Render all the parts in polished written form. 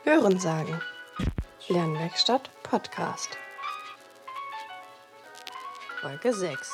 Hörensagen. Lernwerkstatt Podcast. Folge 6.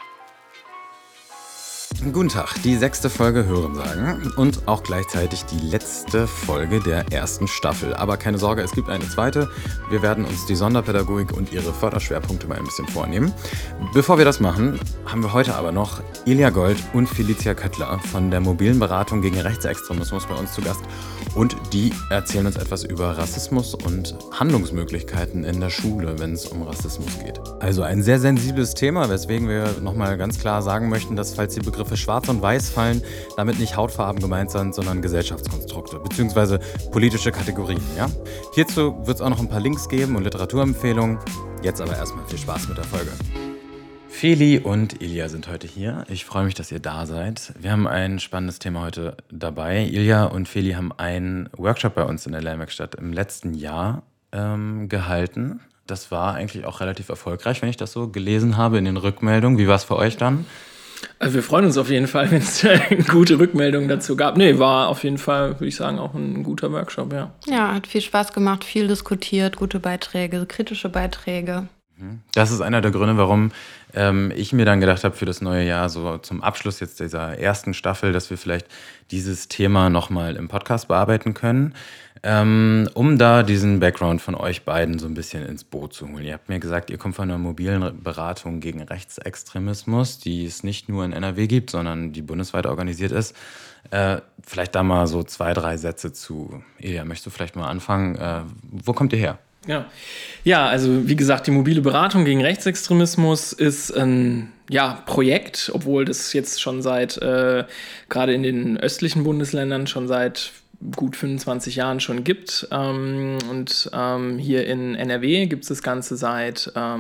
Guten Tag, die 6. Folge Hörensagen und auch gleichzeitig die letzte Folge der ersten Staffel. Aber keine Sorge, es gibt eine zweite. Wir werden uns die Sonderpädagogik und ihre Förderschwerpunkte mal ein bisschen vornehmen. Bevor wir das machen, haben wir heute aber noch Ilja Gold und Felicia Köttler von der mobilen Beratung gegen Rechtsextremismus bei uns zu Gast. Und die erzählen uns etwas über Rassismus und Handlungsmöglichkeiten in der Schule, wenn es um Rassismus geht. Also ein sehr sensibles Thema, weswegen wir nochmal ganz klar sagen möchten, dass falls die Begriffe Schwarz und Weiß fallen, damit nicht Hautfarben gemeint sind, sondern Gesellschaftskonstrukte bzw. politische Kategorien. Ja? Hierzu wird es auch noch ein paar Links geben und Literaturempfehlungen. Jetzt aber erstmal viel Spaß mit der Folge. Feli und Ilja sind heute hier. Ich freue mich, dass ihr da seid. Wir haben ein spannendes Thema heute dabei. Ilja und Feli haben einen Workshop bei uns in der Lernwerkstatt im letzten Jahr gehalten. Das war eigentlich auch relativ erfolgreich, wenn ich das so gelesen habe in den Rückmeldungen. Wie war es für euch dann? Also wir freuen uns auf jeden Fall, wenn es gute Rückmeldungen dazu gab. Nee, war auf jeden Fall, würde ich sagen, auch ein guter Workshop, ja. Ja, hat viel Spaß gemacht, viel diskutiert, gute Beiträge, kritische Beiträge. Das ist einer der Gründe, warum ich mir dann gedacht habe für das neue Jahr, so zum Abschluss jetzt dieser ersten Staffel, dass wir vielleicht dieses Thema nochmal im Podcast bearbeiten können, um da diesen Background von euch beiden so ein bisschen ins Boot zu holen. Ihr habt mir gesagt, ihr kommt von einer mobilen Beratung gegen Rechtsextremismus, die es nicht nur in NRW gibt, sondern die bundesweit organisiert ist. Vielleicht da mal so 2, 3 Sätze zu. Ilja, möchtest du vielleicht mal anfangen? Wo kommt ihr her? Ja, also wie gesagt, die mobile Beratung gegen Rechtsextremismus ist ein Projekt, obwohl das jetzt schon seit, gerade in den östlichen Bundesländern, schon seit gut 25 Jahren schon gibt. Und hier in NRW gibt es das Ganze seit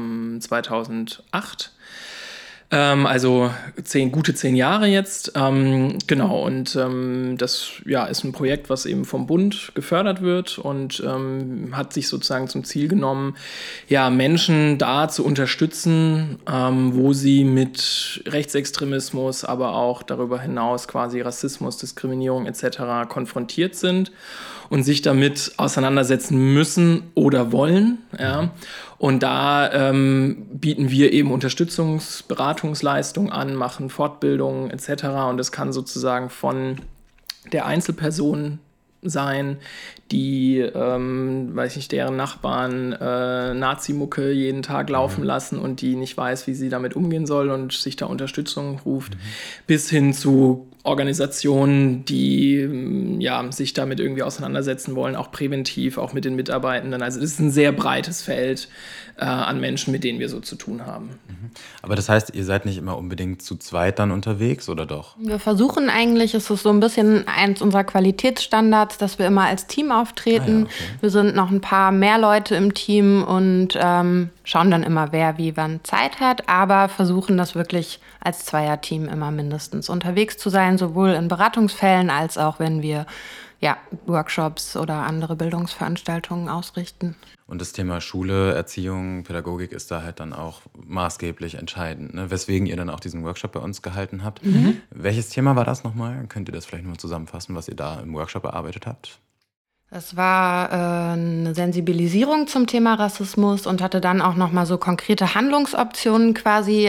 2008. Also gute 10 Jahre jetzt. Genau, und das ist ein Projekt, was eben vom Bund gefördert wird und hat sich sozusagen zum Ziel genommen, Menschen da zu unterstützen, wo sie mit Rechtsextremismus, aber auch darüber hinaus quasi Rassismus, Diskriminierung etc. konfrontiert sind und sich damit auseinandersetzen müssen oder wollen. Ja. Und da bieten wir eben Beratungsleistungen an, machen Fortbildungen etc. Und das kann sozusagen von der Einzelperson sein, die, deren Nachbarn Nazi-Mucke jeden Tag laufen lassen und die nicht weiß, wie sie damit umgehen soll und sich da Unterstützung ruft, bis hin zu Organisationen, die sich damit irgendwie auseinandersetzen wollen, auch präventiv, auch mit den Mitarbeitenden. Also das ist ein sehr breites Feld an Menschen, mit denen wir so zu tun haben. Aber das heißt, ihr seid nicht immer unbedingt zu zweit dann unterwegs, oder doch? Wir versuchen eigentlich, es ist so ein bisschen eins unserer Qualitätsstandards, dass wir immer als Team auftreten. Okay. Wir sind noch ein paar mehr Leute im Team und schauen dann immer, wer wie wann Zeit hat, aber versuchen das wirklich als Zweierteam immer mindestens unterwegs zu sein, sowohl in Beratungsfällen als auch wenn wir Workshops oder andere Bildungsveranstaltungen ausrichten. Und das Thema Schule, Erziehung, Pädagogik ist da halt dann auch maßgeblich entscheidend, ne? Weswegen ihr dann auch diesen Workshop bei uns gehalten habt. Welches Thema war das nochmal? Könnt ihr das vielleicht nur zusammenfassen, was ihr da im Workshop erarbeitet habt? Das war eine Sensibilisierung zum Thema Rassismus und hatte dann auch nochmal so konkrete Handlungsoptionen quasi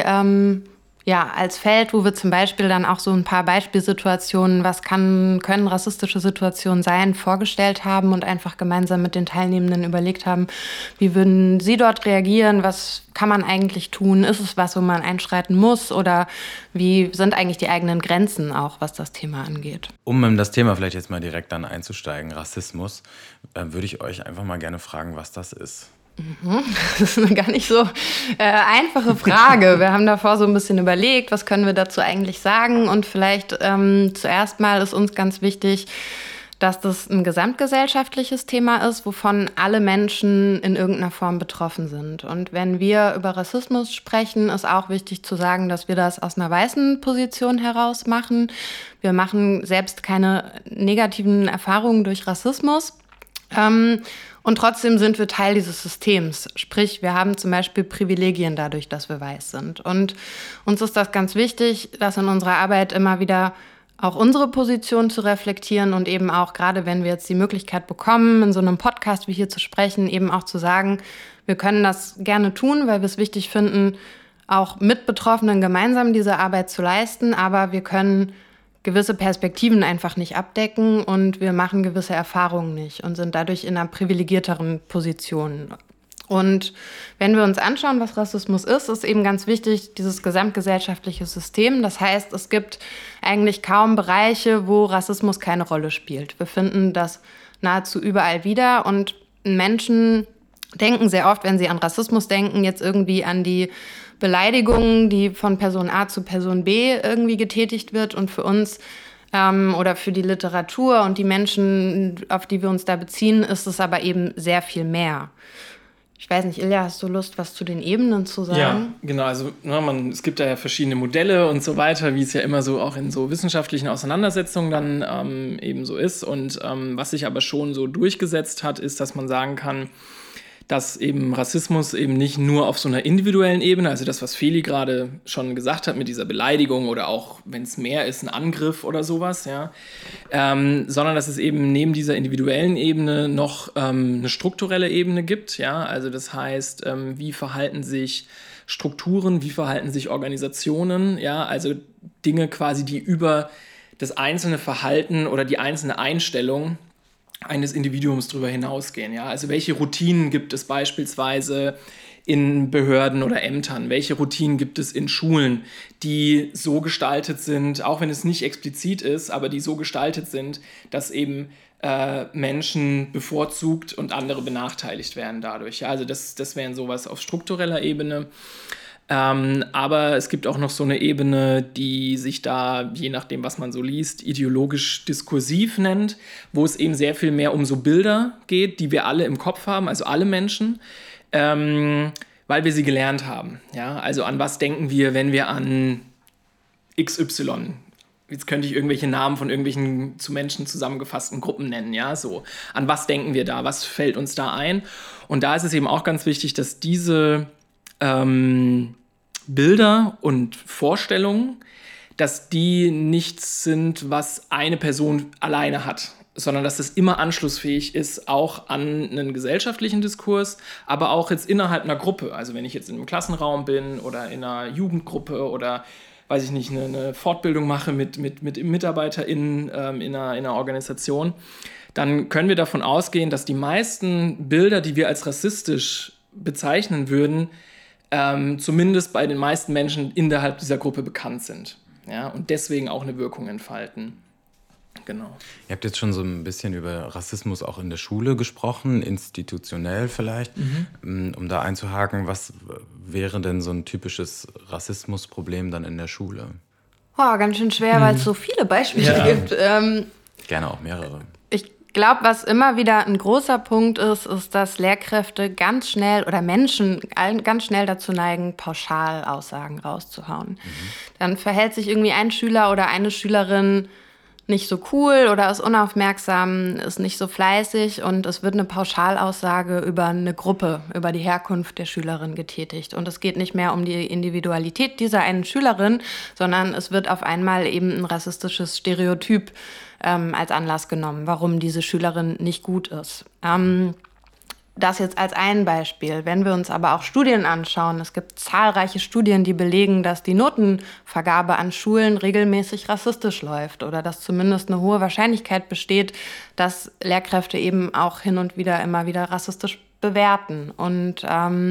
als Feld, wo wir zum Beispiel dann auch so ein paar Beispielsituationen, was können rassistische Situationen sein, vorgestellt haben und einfach gemeinsam mit den Teilnehmenden überlegt haben, wie würden sie dort reagieren, was kann man eigentlich tun, ist es was, wo man einschreiten muss oder wie sind eigentlich die eigenen Grenzen auch, was das Thema angeht. Um in das Thema vielleicht jetzt mal direkt dann einzusteigen, Rassismus, würde ich euch einfach mal gerne fragen, was das ist. Das ist eine gar nicht so einfache Frage. Wir haben davor so ein bisschen überlegt, was können wir dazu eigentlich sagen. Und vielleicht zuerst mal ist uns ganz wichtig, dass das ein gesamtgesellschaftliches Thema ist, wovon alle Menschen in irgendeiner Form betroffen sind. Und wenn wir über Rassismus sprechen, ist auch wichtig zu sagen, dass wir das aus einer weißen Position heraus machen. Wir machen selbst keine negativen Erfahrungen durch Rassismus. Und trotzdem sind wir Teil dieses Systems. Sprich, wir haben zum Beispiel Privilegien dadurch, dass wir weiß sind. Und uns ist das ganz wichtig, das in unserer Arbeit immer wieder auch unsere Position zu reflektieren und eben auch, gerade wenn wir jetzt die Möglichkeit bekommen, in so einem Podcast wie hier zu sprechen, eben auch zu sagen, wir können das gerne tun, weil wir es wichtig finden, auch mit Betroffenen gemeinsam diese Arbeit zu leisten, aber wir können gewisse Perspektiven einfach nicht abdecken und wir machen gewisse Erfahrungen nicht und sind dadurch in einer privilegierteren Position. Und wenn wir uns anschauen, was Rassismus ist eben ganz wichtig, dieses gesamtgesellschaftliche System. Das heißt, es gibt eigentlich kaum Bereiche, wo Rassismus keine Rolle spielt. Wir finden das nahezu überall wieder und Menschen denken sehr oft, wenn sie an Rassismus denken, jetzt irgendwie an die Beleidigungen, die von Person A zu Person B irgendwie getätigt wird. Und für uns oder für die Literatur und die Menschen, auf die wir uns da beziehen, ist es aber eben sehr viel mehr. Ich weiß nicht, Ilja, hast du Lust, was zu den Ebenen zu sagen? Ja, genau. Also es gibt da ja verschiedene Modelle und so weiter, wie es ja immer so auch in so wissenschaftlichen Auseinandersetzungen dann eben so ist. Und was sich aber schon so durchgesetzt hat, ist, dass man sagen kann, dass eben Rassismus eben nicht nur auf so einer individuellen Ebene, also das, was Feli gerade schon gesagt hat mit dieser Beleidigung oder auch, wenn es mehr ist, ein Angriff oder sowas, ja, sondern dass es eben neben dieser individuellen Ebene noch eine strukturelle Ebene gibt, ja, also das heißt, wie verhalten sich Strukturen, wie verhalten sich Organisationen, ja, also Dinge quasi, die über das einzelne Verhalten oder die einzelne Einstellung eines Individuums darüber hinausgehen. Ja? Also welche Routinen gibt es beispielsweise in Behörden oder Ämtern? Welche Routinen gibt es in Schulen, die so gestaltet sind, auch wenn es nicht explizit ist, aber die so gestaltet sind, dass eben Menschen bevorzugt und andere benachteiligt werden dadurch. Ja? Also das wären sowas auf struktureller Ebene. Aber es gibt auch noch so eine Ebene, die sich da, je nachdem, was man so liest, ideologisch-diskursiv nennt, wo es eben sehr viel mehr um so Bilder geht, die wir alle im Kopf haben, also alle Menschen, weil wir sie gelernt haben. Ja? Also an was denken wir, wenn wir an XY, jetzt könnte ich irgendwelche Namen von irgendwelchen zu Menschen zusammengefassten Gruppen nennen, ja, so. An was denken wir da, was fällt uns da ein? Und da ist es eben auch ganz wichtig, dass diese Bilder und Vorstellungen, dass die nichts sind, was eine Person alleine hat, sondern dass es immer anschlussfähig ist, auch an einen gesellschaftlichen Diskurs, aber auch jetzt innerhalb einer Gruppe. Also wenn ich jetzt in einem Klassenraum bin oder in einer Jugendgruppe oder, weiß ich nicht, eine Fortbildung mache mit MitarbeiterInnen in einer Organisation, dann können wir davon ausgehen, dass die meisten Bilder, die wir als rassistisch bezeichnen würden, zumindest bei den meisten Menschen innerhalb dieser Gruppe bekannt sind. Ja, und deswegen auch eine Wirkung entfalten. Genau. Ihr habt jetzt schon so ein bisschen über Rassismus auch in der Schule gesprochen, institutionell vielleicht. Um da einzuhaken, was wäre denn so ein typisches Rassismusproblem dann in der Schule? Oh, ganz schön schwer, weil es so viele Beispiele gibt. Gerne auch mehrere. Ich glaube, was immer wieder ein großer Punkt ist, dass Lehrkräfte ganz schnell oder Menschen ganz schnell dazu neigen, Pauschalaussagen rauszuhauen. Dann verhält sich irgendwie ein Schüler oder eine Schülerin nicht so cool oder ist unaufmerksam, ist nicht so fleißig und es wird eine Pauschalaussage über eine Gruppe, über die Herkunft der Schülerin getätigt. Und es geht nicht mehr um die Individualität dieser einen Schülerin, sondern es wird auf einmal eben ein rassistisches Stereotyp als Anlass genommen, warum diese Schülerin nicht gut ist. Das jetzt als ein Beispiel. Wenn wir uns aber auch Studien anschauen, es gibt zahlreiche Studien, die belegen, dass die Notenvergabe an Schulen regelmäßig rassistisch läuft oder dass zumindest eine hohe Wahrscheinlichkeit besteht, dass Lehrkräfte eben auch hin und wieder immer wieder rassistisch bewerten. Und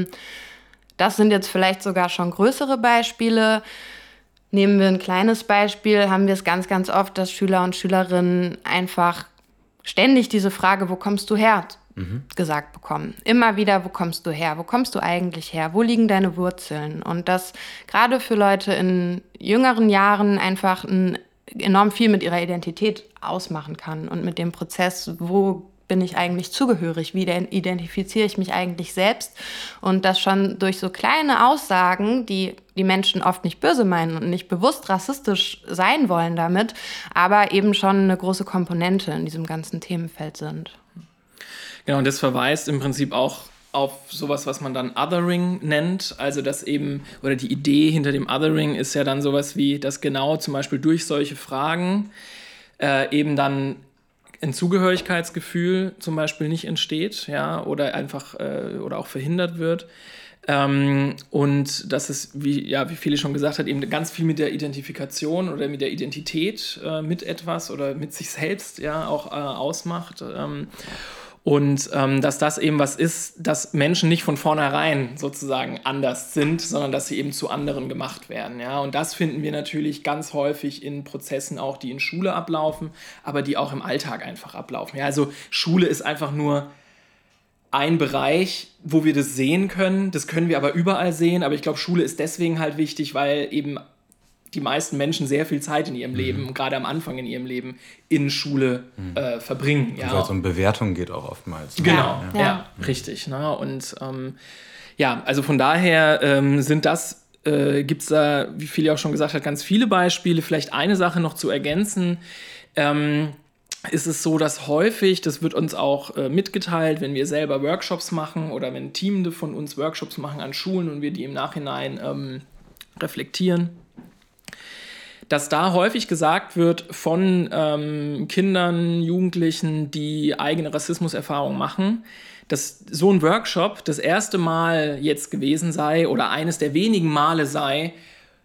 das sind jetzt vielleicht sogar schon größere Beispiele. Nehmen wir ein kleines Beispiel, haben wir es ganz, ganz oft, dass Schüler und Schülerinnen einfach ständig diese Frage, wo kommst du her, gesagt bekommen. Immer wieder, wo kommst du her? Wo kommst du eigentlich her? Wo liegen deine Wurzeln? Und das gerade für Leute in jüngeren Jahren einfach enorm viel mit ihrer Identität ausmachen kann und mit dem Prozess, wo bin ich eigentlich zugehörig? Wie identifiziere ich mich eigentlich selbst? Und das schon durch so kleine Aussagen, die die Menschen oft nicht böse meinen und nicht bewusst rassistisch sein wollen damit, aber eben schon eine große Komponente in diesem ganzen Themenfeld sind. Genau, und das verweist im Prinzip auch auf sowas, was man dann Othering nennt. Also das eben, oder die Idee hinter dem Othering ist ja dann sowas wie, dass genau zum Beispiel durch solche Fragen eben dann ein Zugehörigkeitsgefühl zum Beispiel nicht entsteht, ja, oder einfach oder auch verhindert wird. Und dass es, wie Feli schon gesagt hat, eben ganz viel mit der Identifikation oder mit der Identität mit etwas oder mit sich selbst ja auch ausmacht. Und dass das eben was ist, dass Menschen nicht von vornherein sozusagen anders sind, sondern dass sie eben zu anderen gemacht werden. Ja? Und das finden wir natürlich ganz häufig in Prozessen auch, die in Schule ablaufen, aber die auch im Alltag einfach ablaufen. Ja? Also Schule ist einfach nur ein Bereich, wo wir das sehen können. Das können wir aber überall sehen. Aber ich glaube, Schule ist deswegen halt wichtig, weil eben die meisten Menschen sehr viel Zeit in ihrem Leben, gerade am Anfang in ihrem Leben, in Schule verbringen. Ja. Weil es um Bewertung geht auch oftmals. Ne? Genau, ja, richtig. Ne? Und also von daher gibt es da, wie Feli auch schon gesagt hat, ganz viele Beispiele. Vielleicht eine Sache noch zu ergänzen. Ist es so, dass häufig, das wird uns auch mitgeteilt, wenn wir selber Workshops machen oder wenn Teamende von uns Workshops machen an Schulen und wir die im Nachhinein reflektieren, dass da häufig gesagt wird von Kindern, Jugendlichen, die eigene Rassismuserfahrungen machen, dass so ein Workshop das erste Mal jetzt gewesen sei oder eines der wenigen Male sei,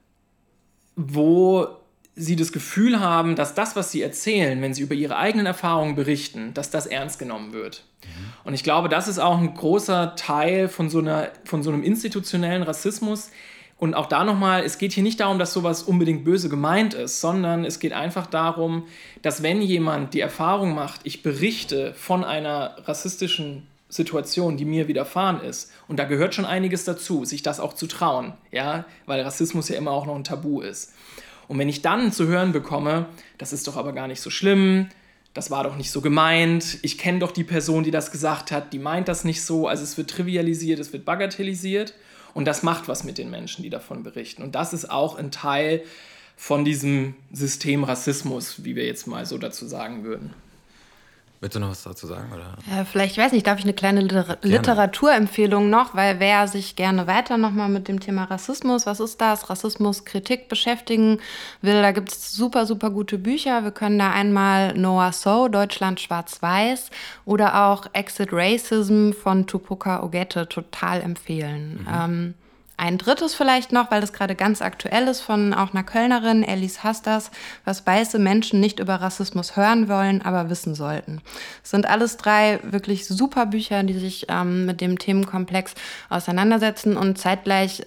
wo sie das Gefühl haben, dass das, was sie erzählen, wenn sie über ihre eigenen Erfahrungen berichten, dass das ernst genommen wird. Und ich glaube, das ist auch ein großer Teil von so einem institutionellen Rassismus. Und auch da nochmal, es geht hier nicht darum, dass sowas unbedingt böse gemeint ist, sondern es geht einfach darum, dass wenn jemand die Erfahrung macht, ich berichte von einer rassistischen Situation, die mir widerfahren ist, und da gehört schon einiges dazu, sich das auch zu trauen, ja, weil Rassismus ja immer auch noch ein Tabu ist. Und wenn ich dann zu hören bekomme, das ist doch aber gar nicht so schlimm, das war doch nicht so gemeint, ich kenne doch die Person, die das gesagt hat, die meint das nicht so, also es wird trivialisiert, es wird bagatellisiert. Und das macht was mit den Menschen, die davon berichten. Und das ist auch ein Teil von diesem System Rassismus, wie wir jetzt mal so dazu sagen würden. Willst du noch was dazu sagen? Oder? Vielleicht, ich weiß nicht, darf ich eine kleine Literaturempfehlung noch, weil wer sich gerne weiter nochmal mit dem Thema Rassismus, was ist das, Rassismuskritik beschäftigen will, da gibt es super, super gute Bücher. Wir können da einmal Noah So, Deutschland schwarz-weiß, oder auch Exit Racism von Tupoka Ogette total empfehlen. Ein drittes vielleicht noch, weil das gerade ganz aktuell ist, von auch einer Kölnerin, Alice Hastas, was weiße Menschen nicht über Rassismus hören wollen, aber wissen sollten. Es sind alles 3 wirklich super Bücher, die sich mit dem Themenkomplex auseinandersetzen und zeitgleich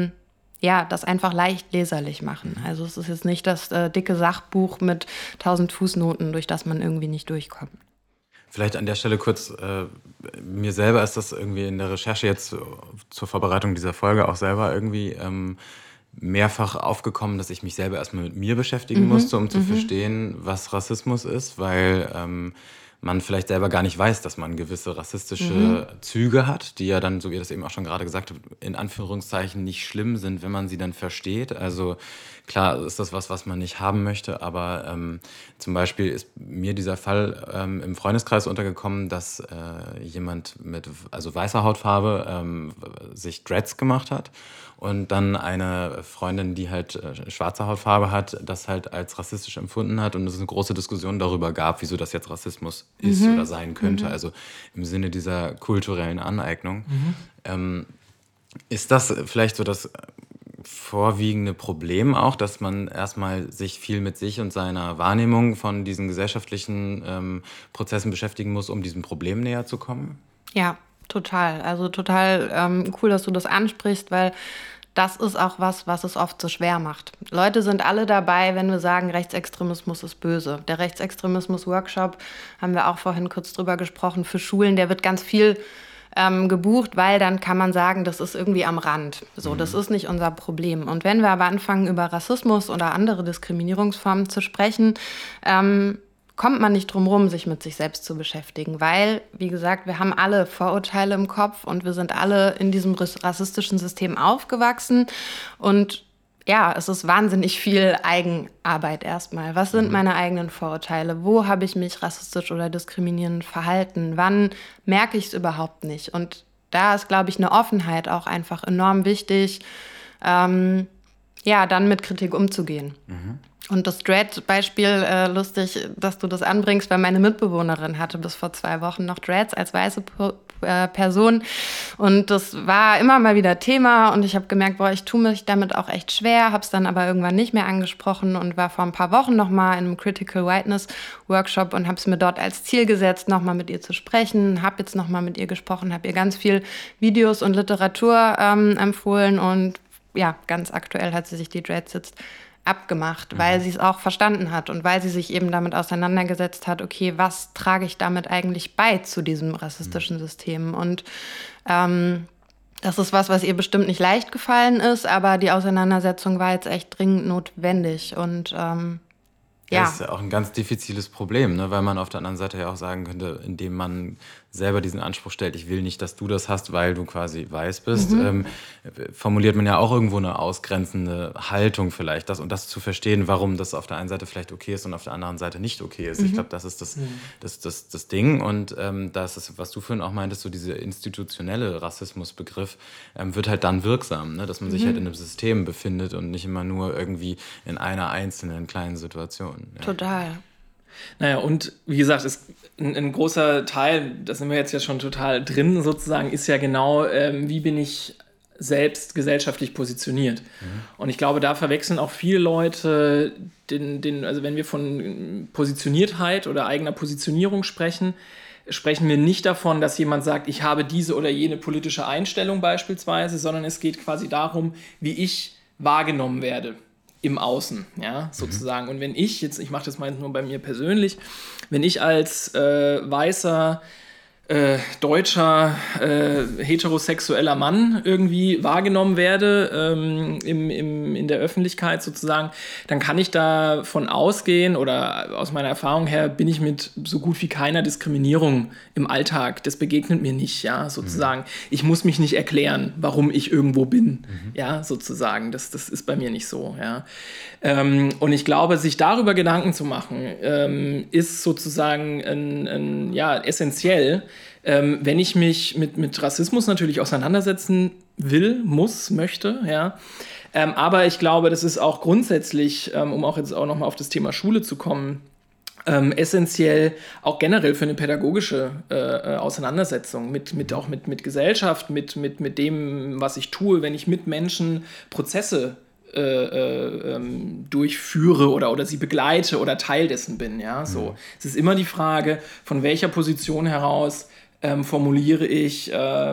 das einfach leicht leserlich machen. Also es ist jetzt nicht das dicke Sachbuch mit 1000 Fußnoten, durch das man irgendwie nicht durchkommt. Vielleicht an der Stelle kurz, mir selber ist das irgendwie in der Recherche jetzt zur Vorbereitung dieser Folge auch selber irgendwie mehrfach aufgekommen, dass ich mich selber erstmal mit mir beschäftigen musste, um zu verstehen, was Rassismus ist, weil man vielleicht selber gar nicht weiß, dass man gewisse rassistische Züge hat, die ja dann, so wie ihr das eben auch schon gerade gesagt habt, in Anführungszeichen nicht schlimm sind, wenn man sie dann versteht. Also klar ist das was man nicht haben möchte, aber zum Beispiel ist mir dieser Fall im Freundeskreis untergekommen, dass jemand mit weißer Hautfarbe sich Dreads gemacht hat und dann eine Freundin, die halt schwarze Hautfarbe hat, das halt als rassistisch empfunden hat und es eine große Diskussion darüber gab, wieso das jetzt Rassismus ist oder sein könnte, also im Sinne dieser kulturellen Aneignung. Ist das vielleicht so das vorwiegende Problem auch, dass man erstmal sich viel mit sich und seiner Wahrnehmung von diesen gesellschaftlichen Prozessen beschäftigen muss, um diesem Problem näher zu kommen? Ja, total. Also total cool, dass du das ansprichst, weil das ist auch was es oft so schwer macht. Leute sind alle dabei, wenn wir sagen, Rechtsextremismus ist böse. Der Rechtsextremismus-Workshop, haben wir auch vorhin kurz drüber gesprochen, für Schulen, der wird ganz viel gebucht, weil dann kann man sagen, das ist irgendwie am Rand. So, das ist nicht unser Problem. Und wenn wir aber anfangen, über Rassismus oder andere Diskriminierungsformen zu sprechen, kommt man nicht drum rum, sich mit sich selbst zu beschäftigen, weil, wie gesagt, wir haben alle Vorurteile im Kopf und wir sind alle in diesem rassistischen System aufgewachsen und ja, es ist wahnsinnig viel Eigenarbeit erstmal. Was sind meine eigenen Vorurteile? Wo habe ich mich rassistisch oder diskriminierend verhalten? Wann merke ich es überhaupt nicht? Und da ist, glaube ich, eine Offenheit auch einfach enorm wichtig, dann mit Kritik umzugehen. Und das Dread-Beispiel, lustig, dass du das anbringst, weil meine Mitbewohnerin hatte bis vor 2 Wochen noch Dreads als weiße Person. Und das war immer mal wieder Thema. Und ich habe gemerkt, ich tue mich damit auch echt schwer, habe es dann aber irgendwann nicht mehr angesprochen und war vor ein paar Wochen nochmal in einem Critical Whiteness Workshop und habe es mir dort als Ziel gesetzt, nochmal mit ihr zu sprechen. Habe jetzt nochmal mit ihr gesprochen, habe ihr ganz viel Videos und Literatur empfohlen. Und ja, ganz aktuell hat sie sich die Dreads jetzt abgemacht, weil sie es auch verstanden hat und weil sie sich eben damit auseinandergesetzt hat, okay, was trage ich damit eigentlich bei zu diesem rassistischen System? Und das ist was ihr bestimmt nicht leicht gefallen ist, aber die Auseinandersetzung war jetzt echt dringend notwendig. Und Das ist ja auch ein ganz diffiziles Problem, ne? Weil man auf der anderen Seite ja auch sagen könnte, indem man selber diesen Anspruch stellt, ich will nicht, dass du das hast, weil du quasi weiß bist, formuliert man ja auch irgendwo eine ausgrenzende Haltung vielleicht. Das zu verstehen, warum das auf der einen Seite vielleicht okay ist und auf der anderen Seite nicht okay ist. Ich glaube, das ist das Ding. Und das ist, was du vorhin auch meintest, so dieser institutionelle Rassismusbegriff wird halt dann wirksam, ne? Dass man sich halt in einem System befindet und nicht immer nur irgendwie in einer einzelnen kleinen Situation. Ja. Total. Naja, und wie gesagt, ein großer Teil, da sind wir jetzt ja schon total drin sozusagen, ist ja genau, wie bin ich selbst gesellschaftlich positioniert. Und ich glaube, da verwechseln auch viele Leute, also wenn wir von Positioniertheit oder eigener Positionierung sprechen wir nicht davon, dass jemand sagt, ich habe diese oder jene politische Einstellung beispielsweise, sondern es geht quasi darum, wie ich wahrgenommen werde im Außen, ja, sozusagen. Und wenn ich mache das mal nur bei mir persönlich, wenn ich als weißer, deutscher, heterosexueller Mann irgendwie wahrgenommen werde in der Öffentlichkeit sozusagen, dann kann ich davon ausgehen oder aus meiner Erfahrung her bin ich mit so gut wie keiner Diskriminierung im Alltag. Das begegnet mir nicht, ja, sozusagen. Ich muss mich nicht erklären, warum ich irgendwo bin, ja, sozusagen. Das ist bei mir nicht so, ja. Und ich glaube, sich darüber Gedanken zu machen, ist sozusagen essentiell, wenn ich mich mit Rassismus natürlich auseinandersetzen will, möchte, ja. Aber ich glaube, das ist auch grundsätzlich, um auch jetzt auch nochmal auf das Thema Schule zu kommen, essentiell auch generell für eine pädagogische Auseinandersetzung mit Gesellschaft, mit dem, was ich tue, wenn ich mit Menschen Prozesse durchführe oder sie begleite oder Teil dessen bin. Ja? So. Es ist immer die Frage, von welcher Position heraus formuliere ich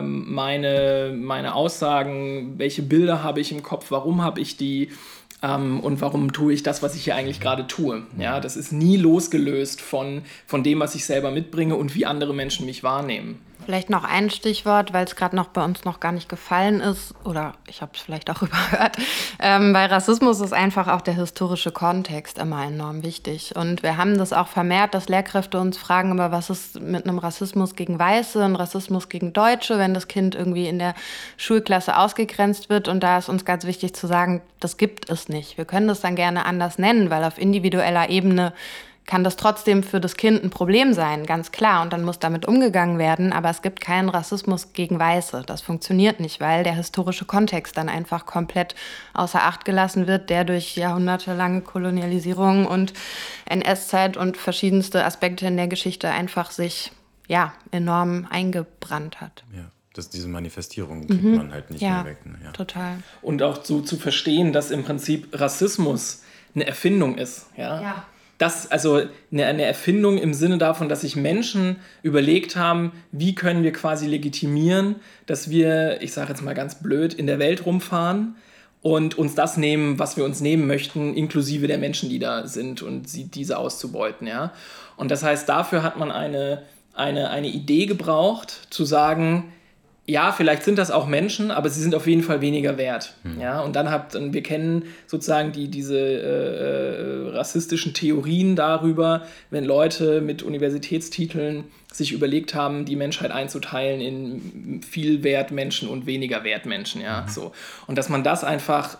meine Aussagen, welche Bilder habe ich im Kopf, warum habe ich die und warum tue ich das, was ich hier eigentlich gerade tue. Ja? Das ist nie losgelöst von dem, was ich selber mitbringe und wie andere Menschen mich wahrnehmen. Vielleicht noch ein Stichwort, weil es gerade noch bei uns noch gar nicht gefallen ist, oder ich habe es vielleicht auch überhört. Bei Rassismus ist einfach auch der historische Kontext immer enorm wichtig. Und wir haben das auch vermehrt, dass Lehrkräfte uns fragen, aber was ist mit einem Rassismus gegen Weiße, einem Rassismus gegen Deutsche, wenn das Kind irgendwie in der Schulklasse ausgegrenzt wird. Und da ist uns ganz wichtig zu sagen, das gibt es nicht. Wir können das dann gerne anders nennen, weil auf individueller Ebene kann das trotzdem für das Kind ein Problem sein, ganz klar. Und dann muss damit umgegangen werden. Aber es gibt keinen Rassismus gegen Weiße. Das funktioniert nicht, weil der historische Kontext dann einfach komplett außer Acht gelassen wird, der durch jahrhundertelange Kolonialisierung und NS-Zeit und verschiedenste Aspekte in der Geschichte einfach sich enorm eingebrannt hat. Ja. Diese Manifestierung kriegt man halt nicht mehr weg. Ne? Ja, total. Und auch so zu verstehen, dass im Prinzip Rassismus eine Erfindung ist. Ja. Das, also eine Erfindung im Sinne davon, dass sich Menschen überlegt haben, wie können wir quasi legitimieren, dass wir, ich sage jetzt mal ganz blöd, in der Welt rumfahren und uns das nehmen, was wir uns nehmen möchten, inklusive der Menschen, die da sind und diese auszubeuten. Ja? Und das heißt, dafür hat man eine Idee gebraucht, zu sagen, ja, vielleicht sind das auch Menschen, aber sie sind auf jeden Fall weniger wert. Ja? Und wir kennen sozusagen diese rassistischen Theorien darüber, wenn Leute mit Universitätstiteln sich überlegt haben, die Menschheit einzuteilen in viel Wertmenschen und weniger Wertmenschen. Ja? So. Und dass man das einfach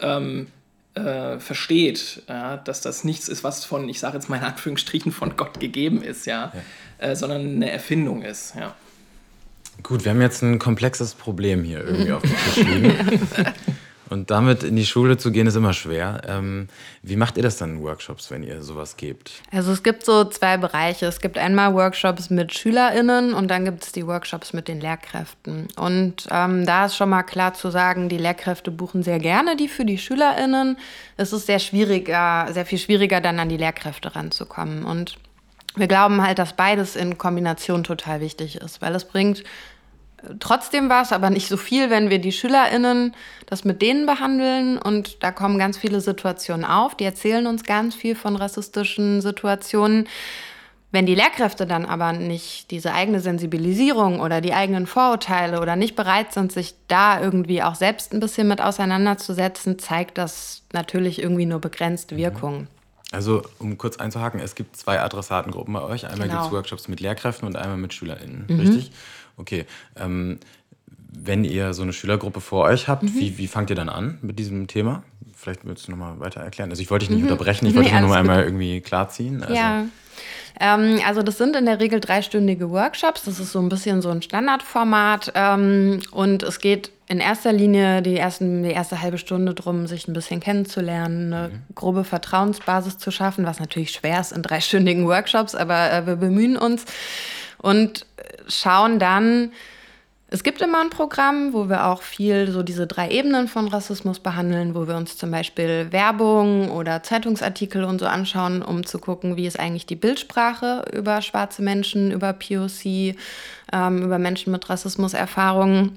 versteht, dass das nichts ist, was von, ich sage jetzt mal in Anführungsstrichen, von Gott gegeben ist, sondern eine Erfindung ist. Ja. Gut, wir haben jetzt ein komplexes Problem hier irgendwie auf dem Tisch liegen. Und damit in die Schule zu gehen, ist immer schwer. Wie macht ihr das dann in Workshops, wenn ihr sowas gebt? Also es gibt so 2 Bereiche. Es gibt einmal Workshops mit SchülerInnen und dann gibt es die Workshops mit den Lehrkräften. Und da ist schon mal klar zu sagen, die Lehrkräfte buchen sehr gerne die für die SchülerInnen. Es ist sehr viel schwieriger, dann an die Lehrkräfte ranzukommen. Und wir glauben halt, dass beides in Kombination total wichtig ist, weil es bringt trotzdem was, aber nicht so viel, wenn wir die SchülerInnen das mit denen behandeln. Und da kommen ganz viele Situationen auf, die erzählen uns ganz viel von rassistischen Situationen. Wenn die Lehrkräfte dann aber nicht diese eigene Sensibilisierung oder die eigenen Vorurteile oder nicht bereit sind, sich da irgendwie auch selbst ein bisschen mit auseinanderzusetzen, zeigt das natürlich irgendwie nur begrenzt Wirkung. Also, um kurz einzuhaken, es gibt 2 Adressatengruppen bei euch. Einmal gibt es Workshops mit Lehrkräften und einmal mit SchülerInnen, richtig? Okay. Wenn ihr so eine Schülergruppe vor euch habt, wie fangt ihr dann an mit diesem Thema? Vielleicht würdest du nochmal weiter erklären. Also ich wollte dich nicht unterbrechen, ich wollte dich nur einmal irgendwie klarziehen. Also. Ja. Also das sind in der Regel 3-stündige Workshops. Das ist so ein bisschen so ein Standardformat. Und es geht in erster Linie die erste halbe Stunde darum, sich ein bisschen kennenzulernen, eine grobe Vertrauensbasis zu schaffen, was natürlich schwer ist in 3-stündigen Workshops, aber wir bemühen uns und schauen dann. Es gibt immer ein Programm, wo wir auch viel so diese 3 Ebenen von Rassismus behandeln, wo wir uns zum Beispiel Werbung oder Zeitungsartikel und so anschauen, um zu gucken, wie ist eigentlich die Bildsprache über schwarze Menschen, über POC, über Menschen mit Rassismuserfahrungen.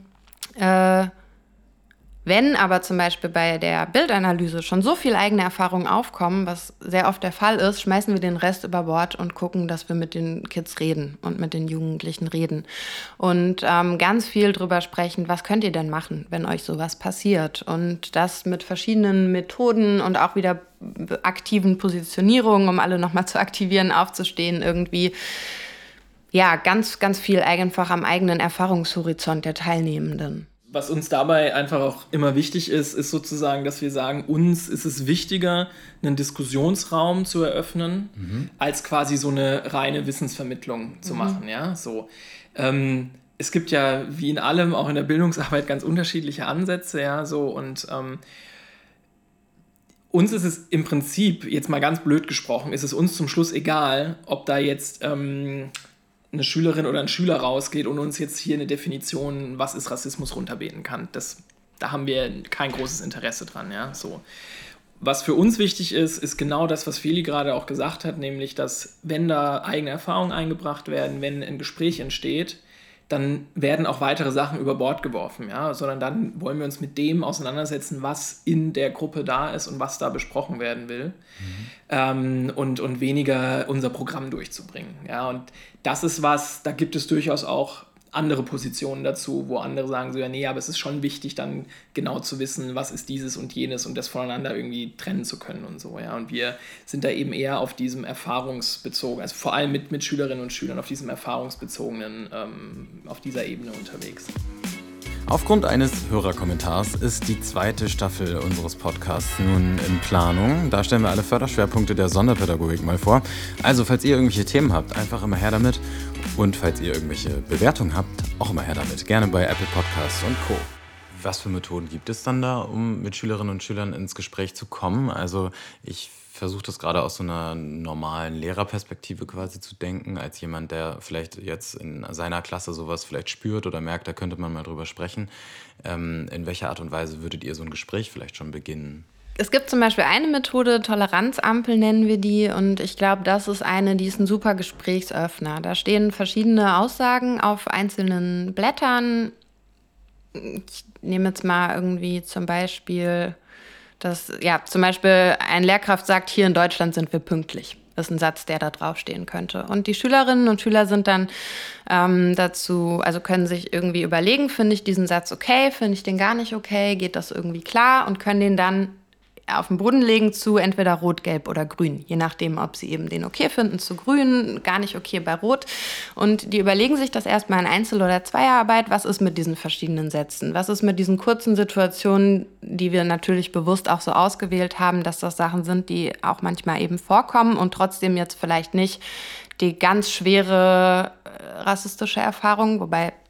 Wenn aber zum Beispiel bei der Bildanalyse schon so viel eigene Erfahrungen aufkommen, was sehr oft der Fall ist, schmeißen wir den Rest über Bord und gucken, dass wir mit den Kids reden und mit den Jugendlichen reden. Und ganz viel drüber sprechen, was könnt ihr denn machen, wenn euch sowas passiert? Und das mit verschiedenen Methoden und auch wieder aktiven Positionierungen, um alle nochmal zu aktivieren, aufzustehen, irgendwie. Ja, ganz, ganz viel einfach am eigenen Erfahrungshorizont der Teilnehmenden. Was uns dabei einfach auch immer wichtig ist, ist sozusagen, dass wir sagen, uns ist es wichtiger, einen Diskussionsraum zu eröffnen, als quasi so eine reine Wissensvermittlung zu machen. Ja? So, es gibt ja wie in allem, auch in der Bildungsarbeit, ganz unterschiedliche Ansätze. Ja? So, und uns ist es im Prinzip, jetzt mal ganz blöd gesprochen, ist es uns zum Schluss egal, ob da jetzt eine Schülerin oder ein Schüler rausgeht und uns jetzt hier eine Definition, was ist Rassismus, runterbeten kann. Da haben wir kein großes Interesse dran. Ja? So. Was für uns wichtig ist genau das, was Feli gerade auch gesagt hat, nämlich, dass wenn da eigene Erfahrungen eingebracht werden, wenn ein Gespräch entsteht, dann werden auch weitere Sachen über Bord geworfen, ja? Sondern dann wollen wir uns mit dem auseinandersetzen, was in der Gruppe da ist und was da besprochen werden will, und weniger unser Programm durchzubringen. Ja? Und das ist was, da gibt es durchaus auch andere Positionen dazu, wo andere sagen so, ja, nee, aber es ist schon wichtig, dann genau zu wissen, was ist dieses und jenes und das voneinander irgendwie trennen zu können und so, ja. Und wir sind da eben eher auf diesem erfahrungsbezogenen, also vor allem mit Schülerinnen und Schülern auf diesem erfahrungsbezogenen, auf dieser Ebene unterwegs. Aufgrund eines Hörerkommentars ist die 2. Staffel unseres Podcasts nun in Planung. Da stellen wir alle Förderschwerpunkte der Sonderpädagogik mal vor. Also, falls ihr irgendwelche Themen habt, einfach immer her damit. Und falls ihr irgendwelche Bewertungen habt, auch immer her damit. Gerne bei Apple Podcasts und Co. Was für Methoden gibt es dann da, um mit Schülerinnen und Schülern ins Gespräch zu kommen? Also, ich versuche das gerade aus so einer normalen Lehrerperspektive quasi zu denken, als jemand, der vielleicht jetzt in seiner Klasse sowas vielleicht spürt oder merkt, da könnte man mal drüber sprechen. In welcher Art und Weise würdet ihr so ein Gespräch vielleicht schon beginnen? Es gibt zum Beispiel eine Methode, Toleranzampel nennen wir die, und ich glaube, das ist die ist ein super Gesprächsöffner. Da stehen verschiedene Aussagen auf einzelnen Blättern. Ich nehme jetzt mal irgendwie zum Beispiel eine Lehrkraft sagt, hier in Deutschland sind wir pünktlich. Das ist ein Satz, der da draufstehen könnte. Und die Schülerinnen und Schüler sind dann können sich irgendwie überlegen, finde ich diesen Satz okay, finde ich den gar nicht okay, geht das irgendwie klar, und können den dann auf den Boden legen zu entweder Rot, Gelb oder Grün. Je nachdem, ob sie eben den okay finden, zu Grün, gar nicht okay bei Rot. Und die überlegen sich das erstmal in Einzel- oder Zweierarbeit. Was ist mit diesen verschiedenen Sätzen? Was ist mit diesen kurzen Situationen, die wir natürlich bewusst auch so ausgewählt haben, dass das Sachen sind, die auch manchmal eben vorkommen und trotzdem jetzt vielleicht nicht die ganz schwere rassistische Erfahrung, wobei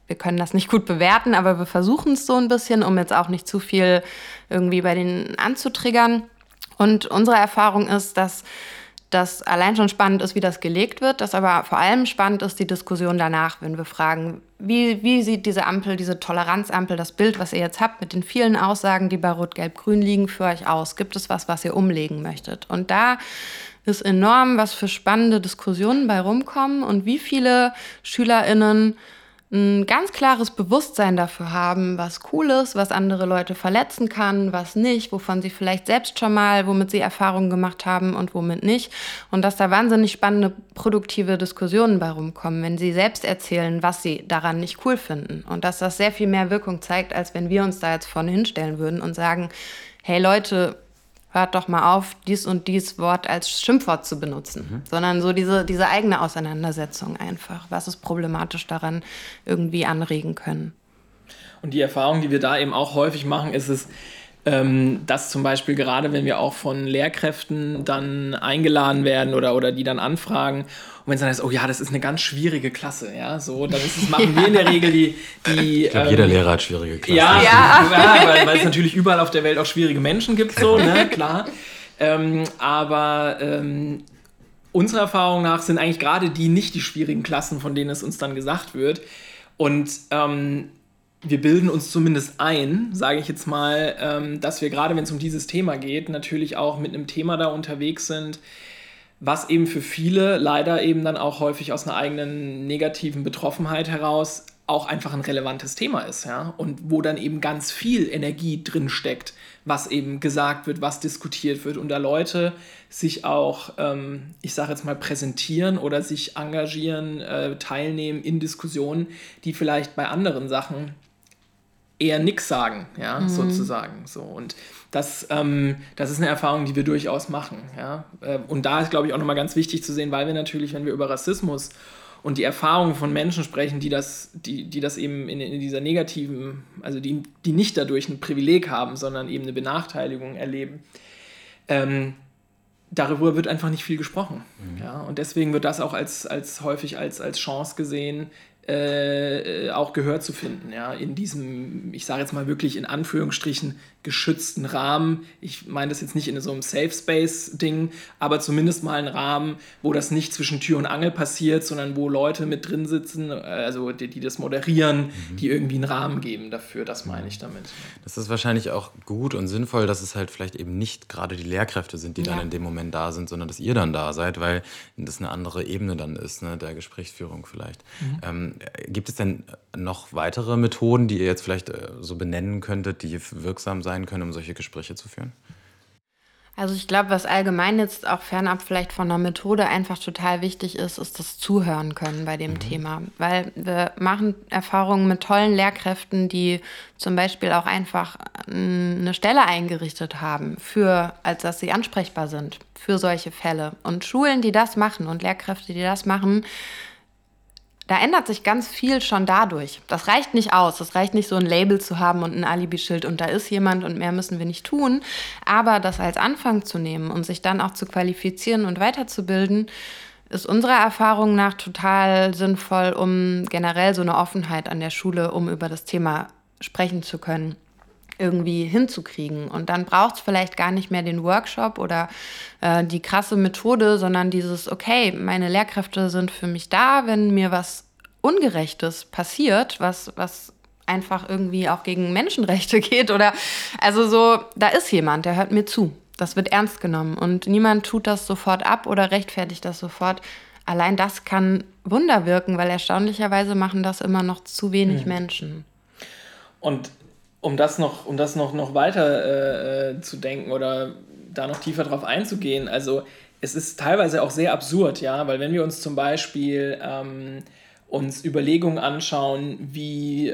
wir können das nicht gut bewerten, aber wir versuchen es so ein bisschen, um jetzt auch nicht zu viel irgendwie bei denen anzutriggern. Und unsere Erfahrung ist, dass das allein schon spannend ist, wie das gelegt wird, dass aber vor allem spannend ist die Diskussion danach, wenn wir fragen, wie sieht diese Ampel, diese Toleranzampel, das Bild, was ihr jetzt habt, mit den vielen Aussagen, die bei Rot-Gelb-Grün liegen, für euch aus? Gibt es was ihr umlegen möchtet? Und da ist enorm, was für spannende Diskussionen bei rumkommen und wie viele SchülerInnen ein ganz klares Bewusstsein dafür haben, was cool ist, was andere Leute verletzen kann, was nicht, wovon sie vielleicht selbst schon mal, womit sie Erfahrungen gemacht haben und womit nicht. Und dass da wahnsinnig spannende, produktive Diskussionen bei rumkommen, wenn sie selbst erzählen, was sie daran nicht cool finden. Und dass das sehr viel mehr Wirkung zeigt, als wenn wir uns da jetzt vorne hinstellen würden und sagen, hey Leute, hört doch mal auf, dies und dies Wort als Schimpfwort zu benutzen, sondern so diese eigene Auseinandersetzung einfach. Was ist problematisch daran irgendwie anregen können? Und die Erfahrung, die wir da eben auch häufig machen, ist es, dass zum Beispiel gerade, wenn wir auch von Lehrkräften dann eingeladen werden oder die dann anfragen, und wenn es dann heißt, oh ja, das ist eine ganz schwierige Klasse, ja, so, dann machen wir in der Regel die ich glaube, jeder Lehrer hat schwierige Klassen. Ja. Weil es natürlich überall auf der Welt auch schwierige Menschen gibt, so, ne, klar. Aber unserer Erfahrung nach sind eigentlich gerade die nicht die schwierigen Klassen, von denen es uns dann gesagt wird. Und wir bilden uns zumindest ein, sage ich jetzt mal, dass wir gerade, wenn es um dieses Thema geht, natürlich auch mit einem Thema da unterwegs sind, was eben für viele leider eben dann auch häufig aus einer eigenen negativen Betroffenheit heraus auch einfach ein relevantes Thema ist, ja, und wo dann eben ganz viel Energie drin steckt, was eben gesagt wird, was diskutiert wird und da Leute sich auch, ich sage jetzt mal, präsentieren oder sich engagieren, teilnehmen in Diskussionen, die vielleicht bei anderen Sachen eher nix sagen, ja, sozusagen, so. Und das ist eine Erfahrung, die wir durchaus machen, ja. Und da ist, glaube ich, auch nochmal ganz wichtig zu sehen, weil wir natürlich, wenn wir über Rassismus und die Erfahrungen von Menschen sprechen, die das eben in dieser negativen, also die nicht dadurch ein Privileg haben, sondern eben eine Benachteiligung erleben, darüber wird einfach nicht viel gesprochen. Ja? Und deswegen wird das auch häufig als Chance gesehen, auch Gehör zu finden, ja, in diesem, ich sage jetzt mal wirklich in Anführungsstrichen, geschützten Rahmen. Ich meine das jetzt nicht in so einem Safe-Space-Ding, aber zumindest mal einen Rahmen, wo das nicht zwischen Tür und Angel passiert, sondern wo Leute mit drin sitzen, also die das moderieren, die irgendwie einen Rahmen geben dafür, das meine ich damit. Das ist wahrscheinlich auch gut und sinnvoll, dass es halt vielleicht eben nicht gerade die Lehrkräfte sind, die dann in dem Moment da sind, sondern dass ihr dann da seid, weil das eine andere Ebene dann ist, ne, der Gesprächsführung vielleicht. Gibt es denn noch weitere Methoden, die ihr jetzt vielleicht so benennen könntet, die wirksam sein können, um solche Gespräche zu führen? Also ich glaube, was allgemein jetzt auch fernab vielleicht von einer Methode einfach total wichtig ist, ist das Zuhören können bei dem Thema. Weil wir machen Erfahrungen mit tollen Lehrkräften, die zum Beispiel auch einfach eine Stelle eingerichtet haben, als dass sie ansprechbar sind für solche Fälle. Und Schulen, die das machen und Lehrkräfte, die das machen, da ändert sich ganz viel schon dadurch. Das reicht nicht aus. Das reicht nicht, so ein Label zu haben und ein Alibischild und da ist jemand und mehr müssen wir nicht tun. Aber das als Anfang zu nehmen und sich dann auch zu qualifizieren und weiterzubilden, ist unserer Erfahrung nach total sinnvoll, um generell so eine Offenheit an der Schule, um über das Thema sprechen zu können, irgendwie hinzukriegen. Und dann braucht es vielleicht gar nicht mehr den Workshop oder die krasse Methode, sondern dieses, okay, meine Lehrkräfte sind für mich da, wenn mir was Ungerechtes passiert, was einfach irgendwie auch gegen Menschenrechte geht oder also so, da ist jemand, der hört mir zu. Das wird ernst genommen und niemand tut das sofort ab oder rechtfertigt das sofort. Allein das kann Wunder wirken, weil erstaunlicherweise machen das immer noch zu wenig Menschen. Und um das noch weiter zu denken oder da noch tiefer drauf einzugehen, also es ist teilweise auch sehr absurd, ja, weil wenn wir uns zum Beispiel uns Überlegungen anschauen, wie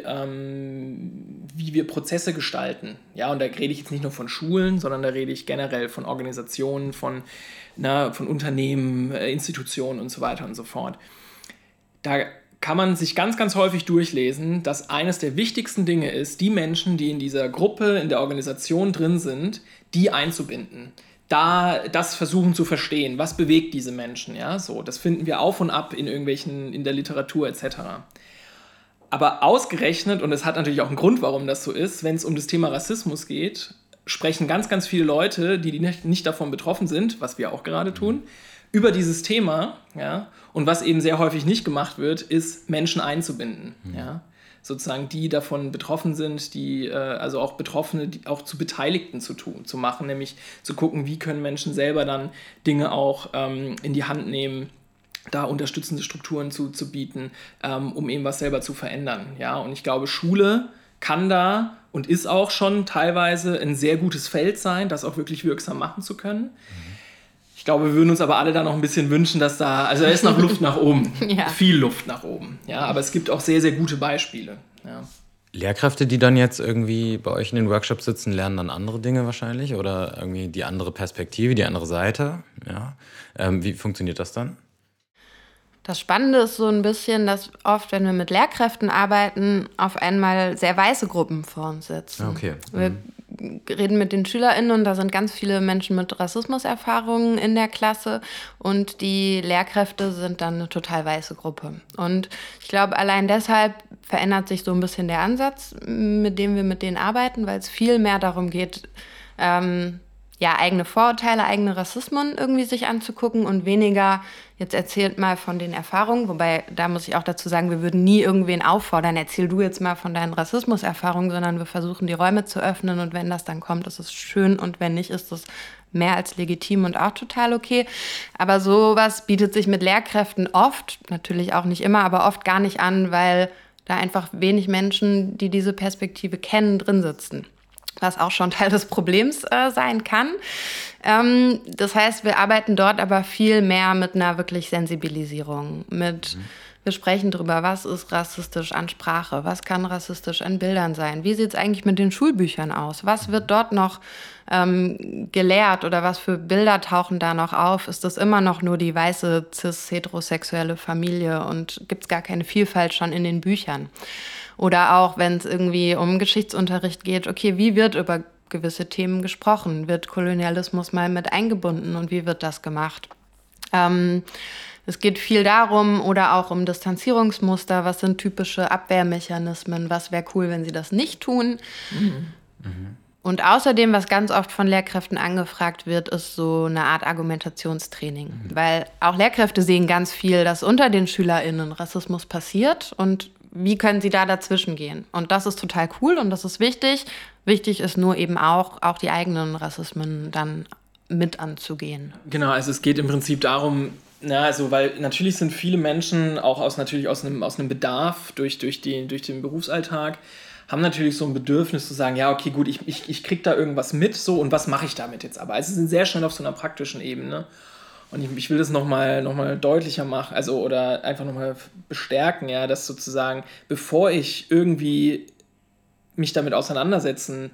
wir Prozesse gestalten, ja, und da rede ich jetzt nicht nur von Schulen, sondern da rede ich generell von Organisationen, von Unternehmen, Institutionen und so weiter und so fort. Da kann man sich ganz, ganz häufig durchlesen, dass eines der wichtigsten Dinge ist, die Menschen, die in dieser Gruppe, in der Organisation drin sind, die einzubinden. Das versuchen zu verstehen, was bewegt diese Menschen, ja, so, das finden wir auf und ab in der Literatur etc. aber ausgerechnet, und es hat natürlich auch einen Grund, warum das so ist, wenn es um das Thema Rassismus geht, sprechen ganz, ganz viele Leute, die nicht davon betroffen sind, was wir auch gerade tun, über dieses Thema. Ja? Und was eben sehr häufig nicht gemacht wird, ist Menschen einzubinden. Ja? Sozusagen die davon betroffen sind, also auch Betroffene, die auch zu Beteiligten zu machen, nämlich zu gucken, wie können Menschen selber dann Dinge auch in die Hand nehmen, da unterstützende Strukturen zu bieten, um eben was selber zu verändern. Ja? Und ich glaube, Schule kann da und ist auch schon teilweise ein sehr gutes Feld sein, das auch wirklich wirksam machen zu können. Ich glaube, wir würden uns aber alle da noch ein bisschen wünschen, dass da ist noch Luft nach oben, viel Luft nach oben. Ja? Aber es gibt auch sehr, sehr gute Beispiele. Ja. Lehrkräfte, die dann jetzt irgendwie bei euch in den Workshops sitzen, lernen dann andere Dinge wahrscheinlich oder irgendwie die andere Perspektive, die andere Seite. Ja. Wie funktioniert das dann? Das Spannende ist so ein bisschen, dass oft, wenn wir mit Lehrkräften arbeiten, auf einmal sehr weiße Gruppen vor uns sitzen. Okay. Wir reden mit den SchülerInnen und da sind ganz viele Menschen mit Rassismuserfahrungen in der Klasse und die Lehrkräfte sind dann eine total weiße Gruppe. Und ich glaube, allein deshalb verändert sich so ein bisschen der Ansatz, mit dem wir mit denen arbeiten, weil es viel mehr darum geht, eigene Vorurteile, eigene Rassismen irgendwie sich anzugucken und weniger, jetzt erzählt mal von den Erfahrungen, wobei, da muss ich auch dazu sagen, wir würden nie irgendwen auffordern, erzähl du jetzt mal von deinen Rassismuserfahrungen, sondern wir versuchen, die Räume zu öffnen und wenn das dann kommt, ist es schön und wenn nicht, ist es mehr als legitim und auch total okay. Aber sowas bietet sich mit Lehrkräften oft, natürlich auch nicht immer, aber oft gar nicht an, weil da einfach wenig Menschen, die diese Perspektive kennen, drin sitzen. Was auch schon Teil des Problems sein kann. Das heißt, wir arbeiten dort aber viel mehr mit einer wirklich Sensibilisierung. Wir sprechen darüber, was ist rassistisch an Sprache, was kann rassistisch an Bildern sein, wie sieht es eigentlich mit den Schulbüchern aus, was wird dort noch gelehrt oder was für Bilder tauchen da noch auf, ist das immer noch nur die weiße, cis-heterosexuelle Familie und gibt es gar keine Vielfalt schon in den Büchern. Oder auch, wenn es irgendwie um Geschichtsunterricht geht, okay, wie wird über gewisse Themen gesprochen? Wird Kolonialismus mal mit eingebunden und wie wird das gemacht? Es geht viel darum oder auch um Distanzierungsmuster, was sind typische Abwehrmechanismen, was wäre cool, wenn sie das nicht tun. Und außerdem, was ganz oft von Lehrkräften angefragt wird, ist so eine Art Argumentationstraining. Weil auch Lehrkräfte sehen ganz viel, dass unter den SchülerInnen Rassismus passiert und wie können sie da dazwischen gehen? Und das ist total cool und das ist wichtig. Wichtig ist nur eben auch die eigenen Rassismen dann mit anzugehen. Genau, also es geht im Prinzip darum, weil natürlich sind viele Menschen auch aus einem Bedarf durch den Berufsalltag, haben natürlich so ein Bedürfnis zu sagen, ja, okay, gut, ich krieg da irgendwas mit, so, und was mache ich damit jetzt aber? Also sie sind sehr schnell auf so einer praktischen Ebene. Und ich will das nochmal deutlicher machen, oder einfach nochmal bestärken, ja, dass sozusagen, bevor ich irgendwie mich damit auseinandersetze,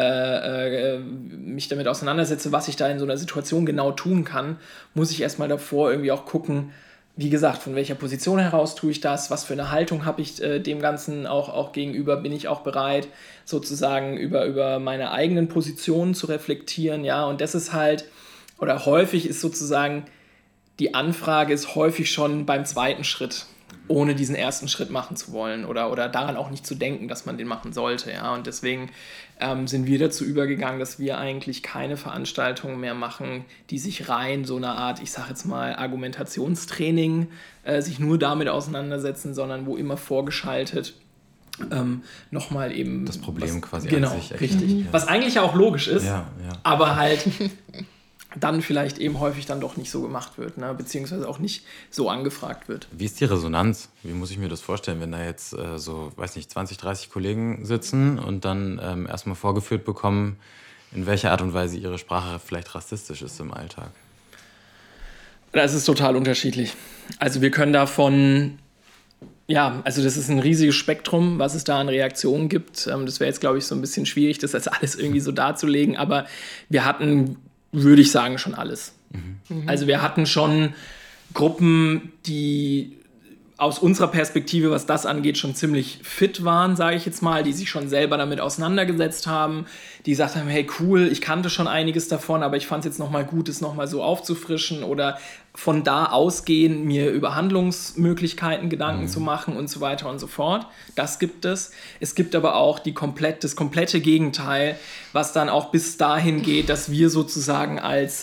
was ich da in so einer Situation genau tun kann, muss ich erstmal davor irgendwie auch gucken, wie gesagt, von welcher Position heraus tue ich das, was für eine Haltung habe ich dem Ganzen auch gegenüber, bin ich auch bereit, sozusagen über meine eigenen Positionen zu reflektieren, ja, und das ist halt, oder häufig ist sozusagen, die Anfrage ist häufig schon beim zweiten Schritt, ohne diesen ersten Schritt machen zu wollen oder daran auch nicht zu denken, dass man den machen sollte. Ja? Und deswegen sind wir dazu übergegangen, dass wir eigentlich keine Veranstaltungen mehr machen, die sich rein so eine Art, ich sage jetzt mal, Argumentationstraining sich nur damit auseinandersetzen, sondern wo immer vorgeschaltet nochmal eben das Problem quasi genau, an sich. Richtig. Ja. Was eigentlich ja auch logisch ist, aber halt dann vielleicht eben häufig dann doch nicht so gemacht wird, ne? Beziehungsweise auch nicht so angefragt wird. Wie ist die Resonanz? Wie muss ich mir das vorstellen, wenn da jetzt 20, 30 Kollegen sitzen und dann erstmal vorgeführt bekommen, in welcher Art und Weise ihre Sprache vielleicht rassistisch ist im Alltag? Das ist total unterschiedlich. Also wir können davon, das ist ein riesiges Spektrum, was es da an Reaktionen gibt. Das wäre jetzt, glaube ich, so ein bisschen schwierig, das jetzt alles irgendwie so darzulegen, aber wir hatten, würde ich sagen, schon alles. Also wir hatten schon Gruppen, die aus unserer Perspektive, was das angeht, schon ziemlich fit waren, sage ich jetzt mal, die sich schon selber damit auseinandergesetzt haben, die gesagt haben, hey cool, ich kannte schon einiges davon, aber ich fand es jetzt nochmal gut, es nochmal so aufzufrischen oder von da ausgehen, mir über Handlungsmöglichkeiten Gedanken zu machen und so weiter und so fort. Das gibt es. Es gibt aber auch das komplette Gegenteil, was dann auch bis dahin geht, dass wir sozusagen als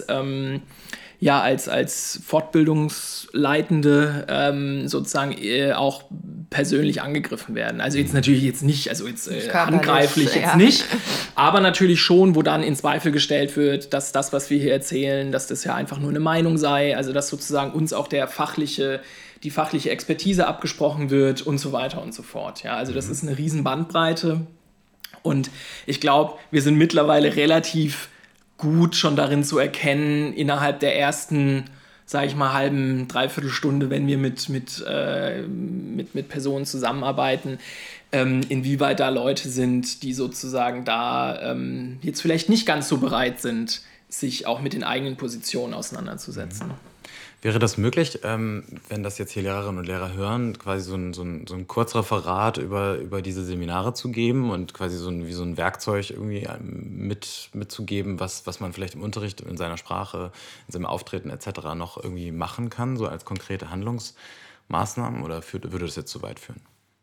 Fortbildungsleitende sozusagen auch persönlich angegriffen werden. Also jetzt natürlich jetzt nicht, also jetzt handgreiflich jetzt nicht, aber natürlich schon, wo dann in Zweifel gestellt wird, dass das, was wir hier erzählen, dass das ja einfach nur eine Meinung sei, also dass sozusagen uns auch die fachliche Expertise abgesprochen wird und so weiter und so fort. Ja, also das ist eine riesen Bandbreite und ich glaube, wir sind mittlerweile relativ gut schon darin zu erkennen, innerhalb der ersten, sage ich mal, halben, dreiviertel Stunde, wenn wir mit Personen zusammenarbeiten, inwieweit da Leute sind, die sozusagen da jetzt vielleicht nicht ganz so bereit sind, sich auch mit den eigenen Positionen auseinanderzusetzen. Wäre das möglich, wenn das jetzt hier Lehrerinnen und Lehrer hören, quasi so ein Kurzreferat über diese Seminare zu geben und quasi wie so ein Werkzeug irgendwie mitzugeben, was man vielleicht im Unterricht, in seiner Sprache, in seinem Auftreten etc. noch irgendwie machen kann, so als konkrete Handlungsmaßnahmen, oder würde das jetzt zu weit führen?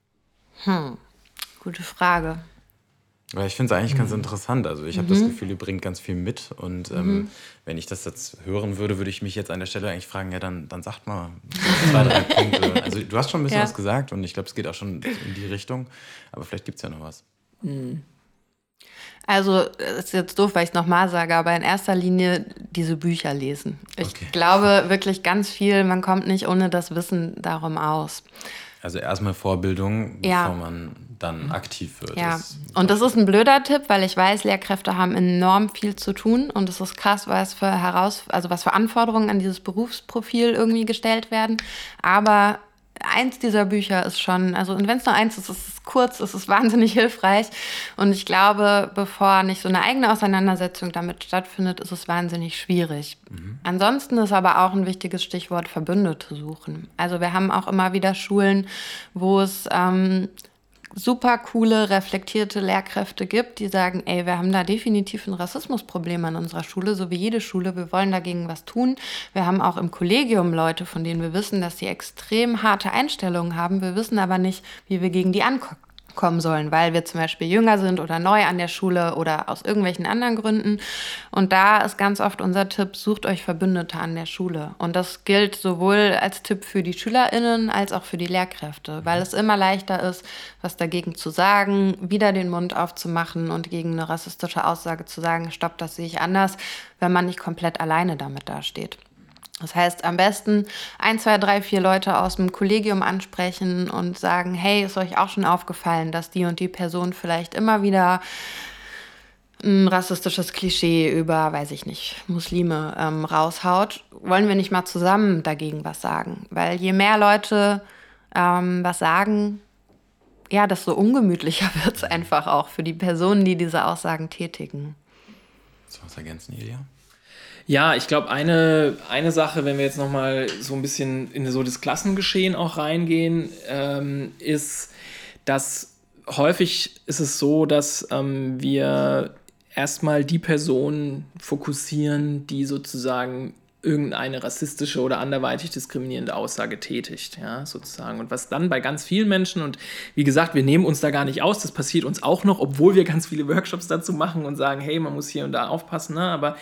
Gute Frage. Weil ich finde es eigentlich ganz interessant. Also ich habe das Gefühl, ihr bringt ganz viel mit. Und wenn ich das jetzt hören würde, würde ich mich jetzt an der Stelle eigentlich fragen, ja, dann sagt mal 2, 3 Punkte. Also du hast schon ein bisschen was gesagt und ich glaube, es geht auch schon in die Richtung. Aber vielleicht gibt es ja noch was. Also, das ist jetzt doof, weil ich es nochmal sage, aber in erster Linie diese Bücher lesen. Ich glaube wirklich ganz viel, man kommt nicht ohne das Wissen darum aus. Also erstmal Vorbildung, bevor man dann aktiv wird. Ja, und das ist ein blöder Tipp, weil ich weiß, Lehrkräfte haben enorm viel zu tun und es ist krass, was für Anforderungen an dieses Berufsprofil irgendwie gestellt werden. Aber eins dieser Bücher ist schon, also und wenn es nur eins ist, es ist kurz, es ist wahnsinnig hilfreich. Und ich glaube, bevor nicht so eine eigene Auseinandersetzung damit stattfindet, ist es wahnsinnig schwierig. Ansonsten ist aber auch ein wichtiges Stichwort Verbündete suchen. Also wir haben auch immer wieder Schulen, wo es super coole, reflektierte Lehrkräfte gibt, die sagen, ey, wir haben da definitiv ein Rassismusproblem an unserer Schule, so wie jede Schule, wir wollen dagegen was tun. Wir haben auch im Kollegium Leute, von denen wir wissen, dass sie extrem harte Einstellungen haben, wir wissen aber nicht, wie wir gegen die ankommen sollen, weil wir zum Beispiel jünger sind oder neu an der Schule oder aus irgendwelchen anderen Gründen. Und da ist ganz oft unser Tipp, sucht euch Verbündete an der Schule. Und das gilt sowohl als Tipp für die SchülerInnen als auch für die Lehrkräfte, weil es immer leichter ist, was dagegen zu sagen, wieder den Mund aufzumachen und gegen eine rassistische Aussage zu sagen, stopp, das sehe ich anders, wenn man nicht komplett alleine damit dasteht. Das heißt, am besten 1, 2, 3, 4 Leute aus dem Kollegium ansprechen und sagen, hey, ist euch auch schon aufgefallen, dass die und die Person vielleicht immer wieder ein rassistisches Klischee über, weiß ich nicht, Muslime raushaut? Wollen wir nicht mal zusammen dagegen was sagen? Weil je mehr Leute was sagen, ja, desto ungemütlicher wird es einfach auch für die Personen, die diese Aussagen tätigen. Soll ich was ergänzen, Ilja? Ja, ich glaube, eine Sache, wenn wir jetzt nochmal so ein bisschen in so das Klassengeschehen auch reingehen, ist, dass häufig ist es so, dass wir erstmal die Personen fokussieren, die sozusagen irgendeine rassistische oder anderweitig diskriminierende Aussage tätigt, ja, sozusagen. Und was dann bei ganz vielen Menschen, und wie gesagt, wir nehmen uns da gar nicht aus, das passiert uns auch noch, obwohl wir ganz viele Workshops dazu machen und sagen, hey, man muss hier und da aufpassen, ne? Aber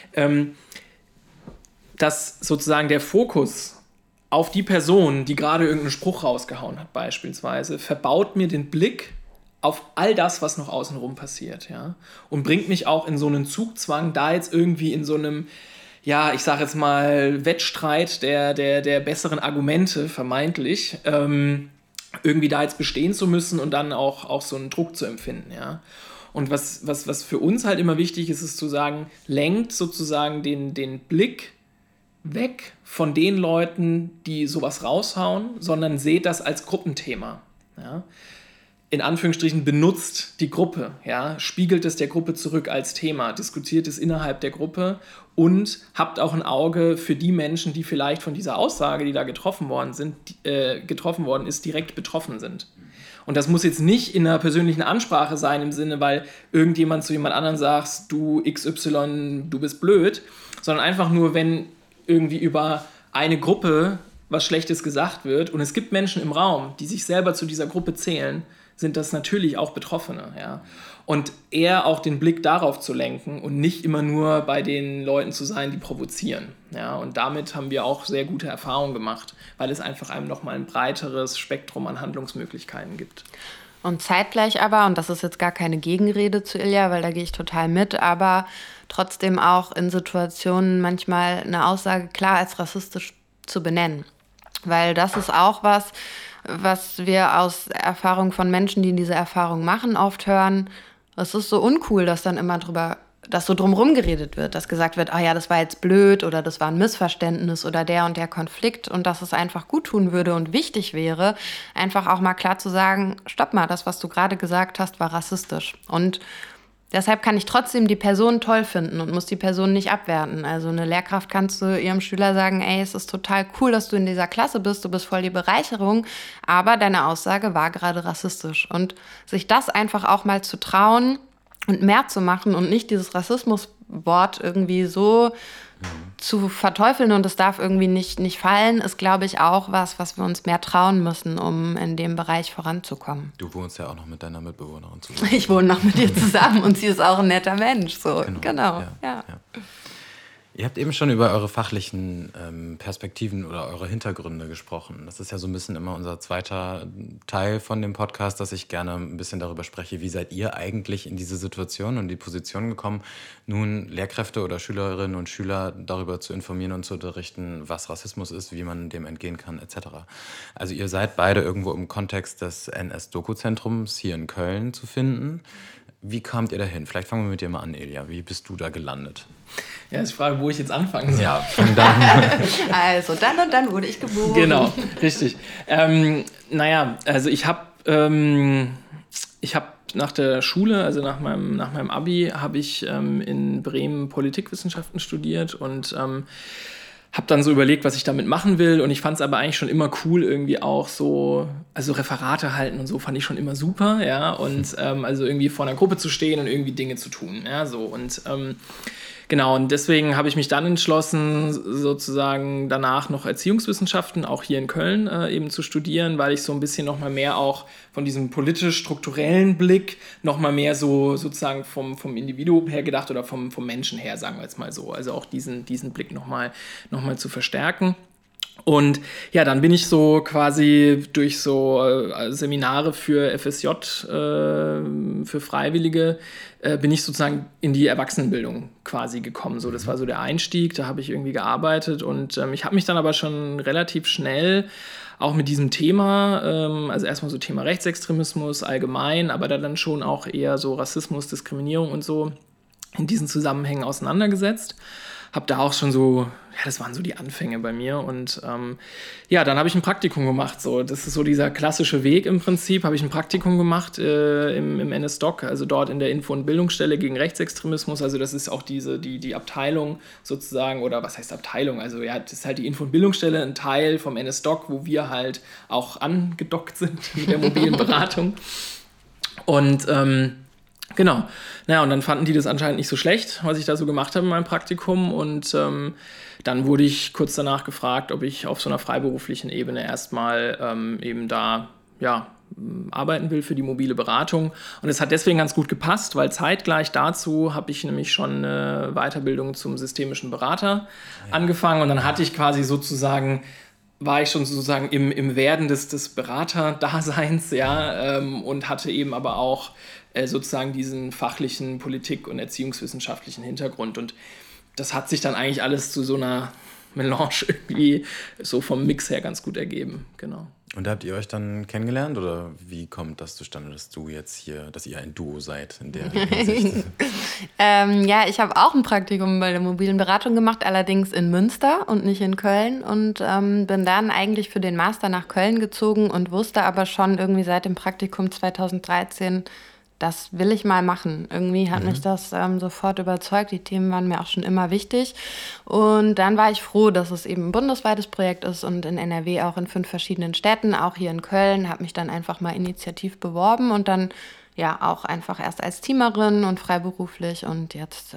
dass sozusagen der Fokus auf die Person, die gerade irgendeinen Spruch rausgehauen hat beispielsweise, verbaut mir den Blick auf all das, was noch außenrum passiert, ja, und bringt mich auch in so einen Zugzwang, da jetzt irgendwie in so einem, ja, ich sage jetzt mal, Wettstreit der besseren Argumente, vermeintlich, irgendwie da jetzt bestehen zu müssen und dann auch so einen Druck zu empfinden, ja. Und was für uns halt immer wichtig ist, ist zu sagen, lenkt sozusagen den Blick weg von den Leuten, die sowas raushauen, sondern seht das als Gruppenthema, ja. in Anführungsstrichen benutzt die Gruppe, ja, spiegelt es der Gruppe zurück als Thema, diskutiert es innerhalb der Gruppe und habt auch ein Auge für die Menschen, die vielleicht von dieser Aussage, die da getroffen worden ist, direkt betroffen sind. Und das muss jetzt nicht in einer persönlichen Ansprache sein, im Sinne, weil irgendjemand zu jemand anderem sagt, du XY, du bist blöd, sondern einfach nur, wenn irgendwie über eine Gruppe was Schlechtes gesagt wird und es gibt Menschen im Raum, die sich selber zu dieser Gruppe zählen, sind das natürlich auch Betroffene. Ja? Und eher auch den Blick darauf zu lenken und nicht immer nur bei den Leuten zu sein, die provozieren. Ja? Und damit haben wir auch sehr gute Erfahrungen gemacht, weil es einfach einem nochmal ein breiteres Spektrum an Handlungsmöglichkeiten gibt. Und zeitgleich aber, und das ist jetzt gar keine Gegenrede zu Ilja, weil da gehe ich total mit, aber trotzdem auch in Situationen manchmal eine Aussage klar als rassistisch zu benennen. Weil das ist auch was wir aus Erfahrung von Menschen, die diese Erfahrung machen, oft hören. Es ist so uncool, dass dann immer dass so drumherum geredet wird, dass gesagt wird, ja, das war jetzt blöd oder das war ein Missverständnis oder der und der Konflikt und dass es einfach gut tun würde und wichtig wäre, einfach auch mal klar zu sagen, stopp mal, das, was du gerade gesagt hast, war rassistisch. Und deshalb kann ich trotzdem die Person toll finden und muss die Person nicht abwerten. Also eine Lehrkraft kann zu ihrem Schüler sagen, es ist total cool, dass du in dieser Klasse bist, du bist voll die Bereicherung, aber deine Aussage war gerade rassistisch. Und sich das einfach auch mal zu trauen und mehr zu machen und nicht dieses Rassismuswort irgendwie so zu verteufeln und es darf irgendwie nicht fallen, ist, glaube ich, auch was wir uns mehr trauen müssen, um in dem Bereich voranzukommen. Du wohnst ja auch noch mit deiner Mitbewohnerin zusammen. Ich wohne noch mit dir zusammen und sie ist auch ein netter Mensch. So. Genau. Ja. Ihr habt eben schon über eure fachlichen Perspektiven oder eure Hintergründe gesprochen. Das ist ja so ein bisschen immer unser zweiter Teil von dem Podcast, dass ich gerne ein bisschen darüber spreche, wie seid ihr eigentlich in diese Situation und die Position gekommen, nun Lehrkräfte oder Schülerinnen und Schüler darüber zu informieren und zu unterrichten, was Rassismus ist, wie man dem entgehen kann, etc. Also ihr seid beide irgendwo im Kontext des NS-Doku-Zentrums hier in Köln zu finden. Wie kamt ihr dahin? Vielleicht fangen wir mit dir mal an, Ilja. Wie bist du da gelandet? Ja, ist die Frage, wo ich jetzt anfangen soll. Ja, fang dann. Also dann und dann wurde ich geboren. Genau, richtig. Also ich habe nach der Schule, also nach meinem Abi, habe ich in Bremen Politikwissenschaften studiert und habe dann so überlegt, was ich damit machen will und ich fand es aber eigentlich schon immer cool, irgendwie auch so, also Referate halten und so fand ich schon immer super, ja, und also irgendwie vor einer Gruppe zu stehen und irgendwie Dinge zu tun, ja, so und genau, und deswegen habe ich mich dann entschlossen, sozusagen danach noch Erziehungswissenschaften, auch hier in Köln, eben zu studieren, weil ich so ein bisschen noch mal mehr auch von diesem politisch-strukturellen Blick noch mal mehr so sozusagen vom Individuum her gedacht oder vom Menschen her, sagen wir jetzt mal so. Also auch diesen Blick noch mal zu verstärken. Und ja, dann bin ich so quasi durch so Seminare für FSJ, für Freiwillige, bin ich sozusagen in die Erwachsenenbildung quasi gekommen. So, das war so der Einstieg, da habe ich irgendwie gearbeitet und ich habe mich dann aber schon relativ schnell auch mit diesem Thema, also erstmal so Thema Rechtsextremismus allgemein, aber dann schon auch eher so Rassismus, Diskriminierung und so in diesen Zusammenhängen auseinandergesetzt. Habe da auch schon so, ja, das waren so die Anfänge bei mir und dann habe ich ein Praktikum gemacht. So, das ist so dieser klassische Weg im Prinzip. Habe ich ein Praktikum gemacht im NS-Doc, also dort in der Info- und Bildungsstelle gegen Rechtsextremismus. Also das ist auch die Abteilung sozusagen, oder was heißt Abteilung? Also ja, das ist halt die Info- und Bildungsstelle, ein Teil vom NS-Doc, wo wir halt auch angedockt sind mit der mobilen Beratung. Und genau. Naja, und dann fanden die das anscheinend nicht so schlecht, was ich da so gemacht habe in meinem Praktikum. Und dann wurde ich kurz danach gefragt, ob ich auf so einer freiberuflichen Ebene erstmal eben da, ja, arbeiten will für die mobile Beratung. Und es hat deswegen ganz gut gepasst, weil zeitgleich dazu habe ich nämlich schon eine Weiterbildung zum systemischen Berater angefangen. Und dann hatte ich quasi sozusagen, war ich schon sozusagen im Werden des Beraterdaseins, ja, und hatte eben aber auch sozusagen diesen fachlichen Politik- und erziehungswissenschaftlichen Hintergrund. Und das hat sich dann eigentlich alles zu so einer Melange irgendwie so vom Mix her ganz gut ergeben, genau. Und habt ihr euch dann kennengelernt oder wie kommt das zustande, dass ihr ein Duo seid in der Hinsicht? Ja, ich habe auch ein Praktikum bei der mobilen Beratung gemacht, allerdings in Münster und nicht in Köln und bin dann eigentlich für den Master nach Köln gezogen und wusste aber schon irgendwie seit dem Praktikum 2013, das will ich mal machen. Irgendwie hat mich das sofort überzeugt. Die Themen waren mir auch schon immer wichtig. Und dann war ich froh, dass es eben ein bundesweites Projekt ist und in NRW auch in 5 verschiedenen Städten, auch hier in Köln, habe mich dann einfach mal initiativ beworben und dann ja auch einfach erst als Teamerin und freiberuflich und jetzt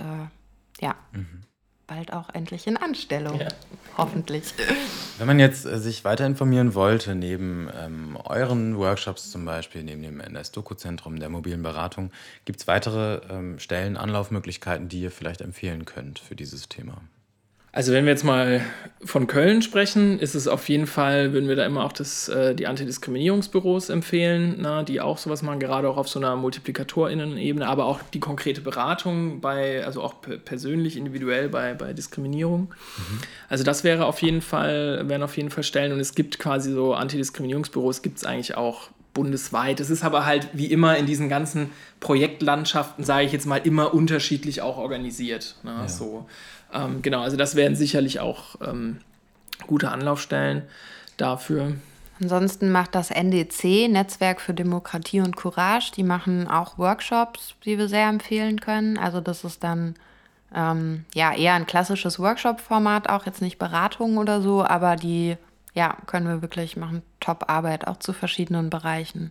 bald auch endlich in Anstellung. Ja. Hoffentlich. Wenn man jetzt sich weiter informieren wollte, neben euren Workshops zum Beispiel, neben dem NS-Doku-Zentrum der mobilen Beratung, gibt es weitere Stellen, Anlaufmöglichkeiten, die ihr vielleicht empfehlen könnt für dieses Thema? Also wenn wir jetzt mal von Köln sprechen, ist es auf jeden Fall, würden wir da immer auch die Antidiskriminierungsbüros empfehlen, die auch sowas machen, gerade auch auf so einer MultiplikatorInnen-Ebene, aber auch die konkrete Beratung also auch persönlich, individuell bei Diskriminierung. Also das wären auf jeden Fall Stellen und es gibt quasi so Antidiskriminierungsbüros, gibt es eigentlich auch bundesweit. Es ist aber halt wie immer in diesen ganzen Projektlandschaften, sage ich jetzt mal, immer unterschiedlich auch organisiert. Ja. So. Genau, also das wären sicherlich auch gute Anlaufstellen dafür. Ansonsten macht das NDC, Netzwerk für Demokratie und Courage, die machen auch Workshops, die wir sehr empfehlen können. Also das ist dann eher ein klassisches Workshop-Format, auch jetzt nicht Beratung oder so, aber die können wir wirklich machen, Top-Arbeit, auch zu verschiedenen Bereichen.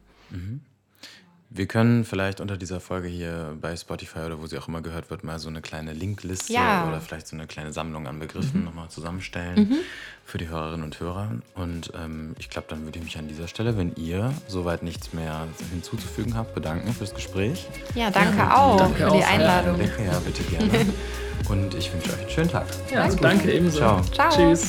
Wir können vielleicht unter dieser Folge hier bei Spotify oder wo sie auch immer gehört wird, mal so eine kleine Linkliste oder vielleicht so eine kleine Sammlung an Begriffen nochmal zusammenstellen für die Hörerinnen und Hörer. Und ich glaube, dann würde ich mich an dieser Stelle, wenn ihr soweit nichts mehr hinzuzufügen habt, bedanken fürs Gespräch. Ja, danke auch für die Einladung. Ja, bitte gerne. Und ich wünsche euch einen schönen Tag. Ja, danke ebenso. Ciao. Tschüss.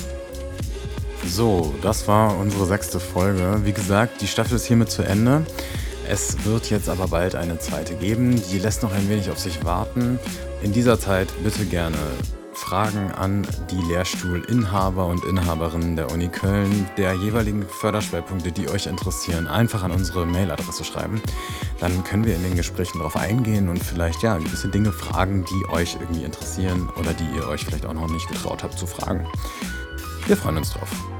So, das war unsere 6. Folge. Wie gesagt, die Staffel ist hiermit zu Ende. Es wird jetzt aber bald eine zweite geben. Die lässt noch ein wenig auf sich warten. In dieser Zeit bitte gerne Fragen an die Lehrstuhlinhaber und Inhaberinnen der Uni Köln, der jeweiligen Förderschwerpunkte, die euch interessieren, einfach an unsere Mailadresse schreiben. Dann können wir in den Gesprächen darauf eingehen und vielleicht gewisse Dinge fragen, die euch irgendwie interessieren oder die ihr euch vielleicht auch noch nicht getraut habt zu fragen. Wir freuen uns drauf.